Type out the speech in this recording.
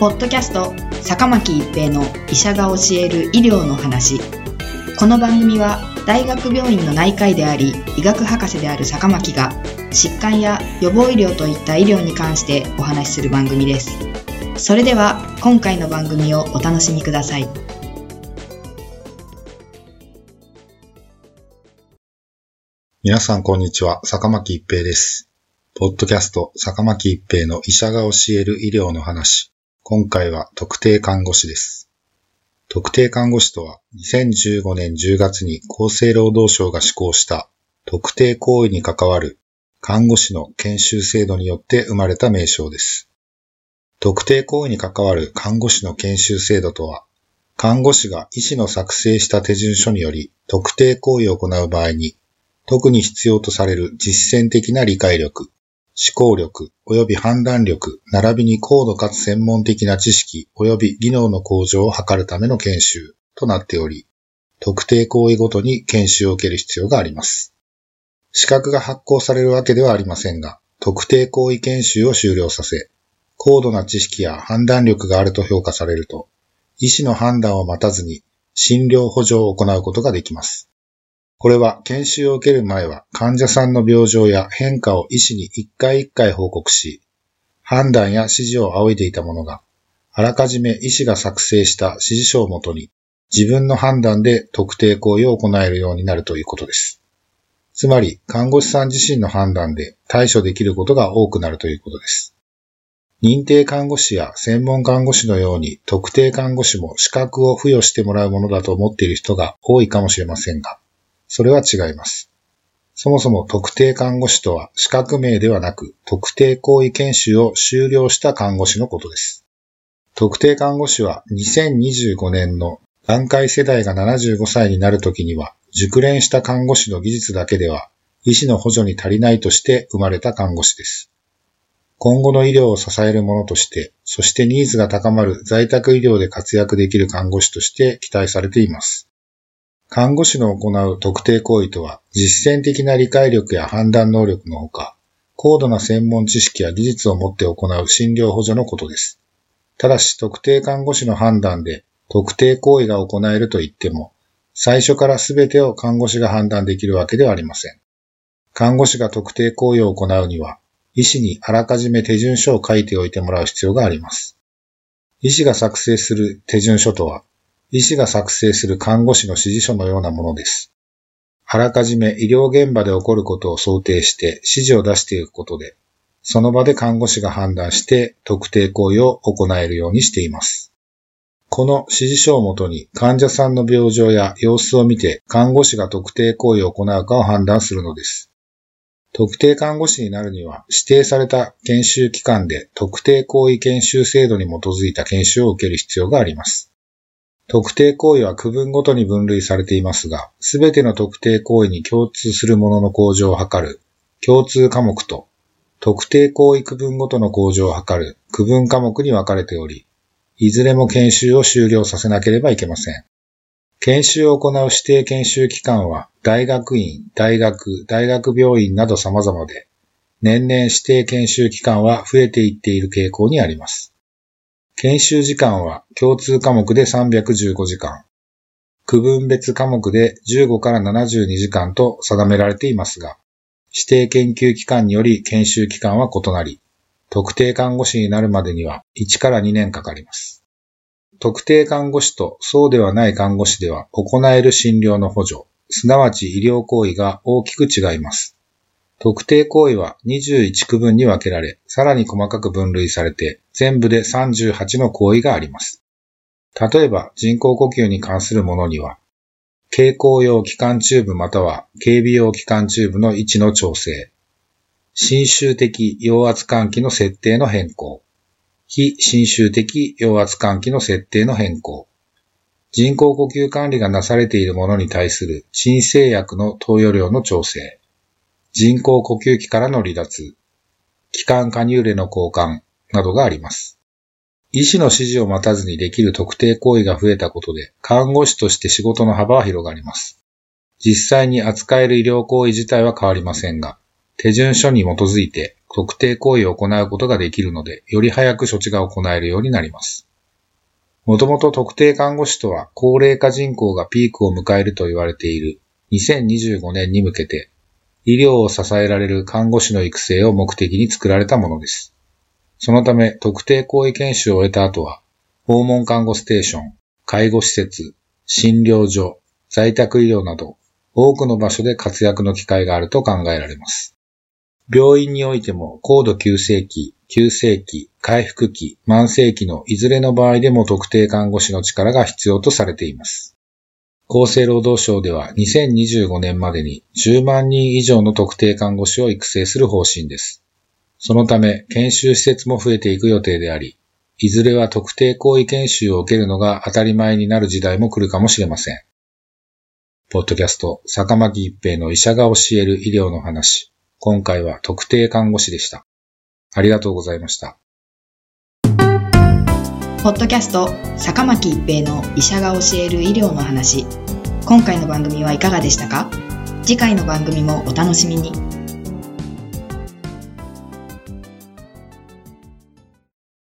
ポッドキャスト坂巻一平の医者が教える医療の話。この番組は大学病院の内科医であり医学博士である坂巻が疾患や予防医療といった医療に関してお話しする番組です。それでは今回の番組をお楽しみください。 皆さんこんにちは、坂巻一平です。ポッドキャスト坂巻一平の医者が教える医療の話。今回は特定看護師です。特定看護師とは2015年10月に厚生労働省が施行した特定行為に関わる看護師の研修制度によって生まれた名称です。特定行為に関わる看護師の研修制度とは、看護師が医師の作成した手順書により特定行為を行う場合に特に必要とされる実践的な理解力、思考力及び判断力並びに高度かつ専門的な知識及び技能の向上を図るための研修となっており、特定行為ごとに研修を受ける必要があります。資格が発行されるわけではありませんが、特定行為研修を修了させ、高度な知識や判断力があると評価されると、医師の判断を待たずに診療補助を行うことができます。これは研修を受ける前は患者さんの病状や変化を医師に一回一回報告し、判断や指示を仰いでいたものが、あらかじめ医師が作成した指示書をもとに自分の判断で特定行為を行えるようになるということです。つまり、看護師さん自身の判断で対処できることが多くなるということです。認定看護師や専門看護師のように特定看護師も資格を付与してもらうものだと思っている人が多いかもしれませんが、それは違います。そもそも特定看護師とは資格名ではなく特定行為研修を修了した看護師のことです。特定看護師は2025年の団塊世代が75歳になるときには熟練した看護師の技術だけでは医師の補助に足りないとして生まれた看護師です。今後の医療を支えるものとして、そしてニーズが高まる在宅医療で活躍できる看護師として期待されています。看護師の行う特定行為とは、実践的な理解力や判断能力のほか、高度な専門知識や技術を持って行う診療補助のことです。ただし、特定看護師の判断で特定行為が行えると言っても、最初から全てを看護師が判断できるわけではありません。看護師が特定行為を行うには、医師にあらかじめ手順書を書いておいてもらう必要があります。医師が作成する手順書とは、医師が作成する看護師の指示書のようなものです。あらかじめ医療現場で起こることを想定して指示を出していくことで、その場で看護師が判断して特定行為を行えるようにしています。この指示書をもとに患者さんの病状や様子を見て看護師が特定行為を行うかを判断するのです。特定看護師になるには指定された研修機関で特定行為研修制度に基づいた研修を受ける必要があります。特定行為は区分ごとに分類されていますが、すべての特定行為に共通するものの向上を図る共通科目と、特定行為区分ごとの向上を図る区分科目に分かれており、いずれも研修を終了させなければいけません。研修を行う指定研修機関は、大学院、大学病院など様々で、年々指定研修機関は増えていっている傾向にあります。研修時間は共通科目で315時間、区分別科目で15から72時間と定められていますが、指定研究機関により研修期間は異なり、特定看護師になるまでには1から2年かかります。特定看護師とそうではない看護師では行える診療の補助、すなわち医療行為が大きく違います。特定行為は21区分に分けられ、さらに細かく分類されて、全部で38の行為があります。例えば、人工呼吸に関するものには、経口用気管チューブまたは警備用気管チューブの位置の調整、侵襲的陽圧換気の設定の変更、非侵襲的陽圧換気の設定の変更、人工呼吸管理がなされているものに対する鎮静薬の投与量の調整、人工呼吸器からの離脱、気管カニューレの交換などがあります。医師の指示を待たずにできる特定行為が増えたことで、看護師として仕事の幅は広がります。実際に扱える医療行為自体は変わりませんが、手順書に基づいて特定行為を行うことができるので、より早く処置が行えるようになります。もともと特定看護師とは高齢化人口がピークを迎えると言われている2025年に向けて、医療を支えられる看護師の育成を目的に作られたものです。そのため、特定行為研修を終えた後は、訪問看護ステーション、介護施設、診療所、在宅医療など、多くの場所で活躍の機会があると考えられます。病院においても高度急性期、急性期、回復期、慢性期のいずれの場合でも特定看護師の力が必要とされています。厚生労働省では2025年までに10万人以上の特定看護師を育成する方針です。そのため研修施設も増えていく予定であり、いずれは特定行為研修を受けるのが当たり前になる時代も来るかもしれません。ポッドキャスト、坂巻一平の医者が教える医療の話。今回は特定看護師でした。ありがとうございました。 ポッドキャスト、坂巻一平の医者が教える医療の話。今回の番組はいかがでしたか？次回の番組もお楽しみに。